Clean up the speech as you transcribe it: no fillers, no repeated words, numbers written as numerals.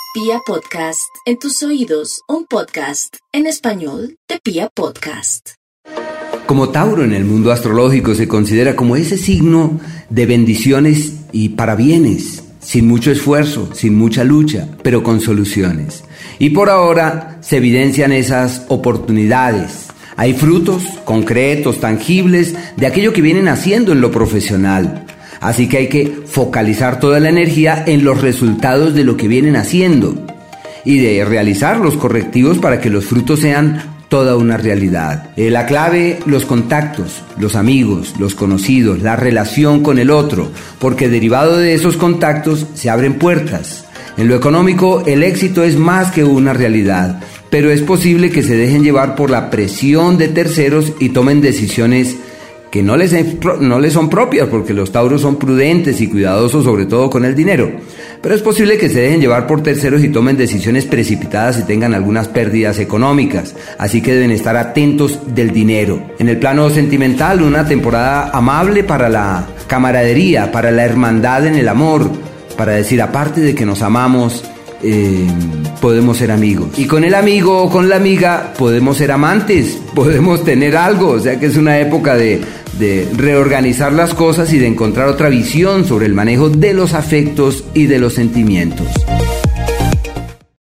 Pia Podcast, en tus oídos, un podcast en español de Pia Podcast. Como Tauro en el mundo astrológico se considera como ese signo de bendiciones y parabienes, sin mucho esfuerzo, sin mucha lucha, pero con soluciones. Y por ahora se evidencian esas oportunidades. Hay frutos concretos, tangibles, de aquello que vienen haciendo en lo profesional. Así que hay que focalizar toda la energía en los resultados de lo que vienen haciendo y de realizar los correctivos para que los frutos sean toda una realidad. La clave, los contactos, los amigos, los conocidos, la relación con el otro, porque derivado de esos contactos se abren puertas. En lo económico, el éxito es más que una realidad, pero es posible que se dejen llevar por la presión de terceros y tomen decisiones que no les son propias, porque los tauros son prudentes y cuidadosos, sobre todo con el dinero. Pero es posible que se dejen llevar por terceros y tomen decisiones precipitadas y tengan algunas pérdidas económicas. Así que deben estar atentos del dinero. En el plano sentimental, una temporada amable para la camaradería, para la hermandad en el amor, para decir, aparte de que nos amamos, podemos ser amigos. Y con el amigo o con la amiga podemos ser amantes, podemos tener algo. O sea que es una época de reorganizar las cosas y de encontrar otra visión sobre el manejo de los afectos y de los sentimientos.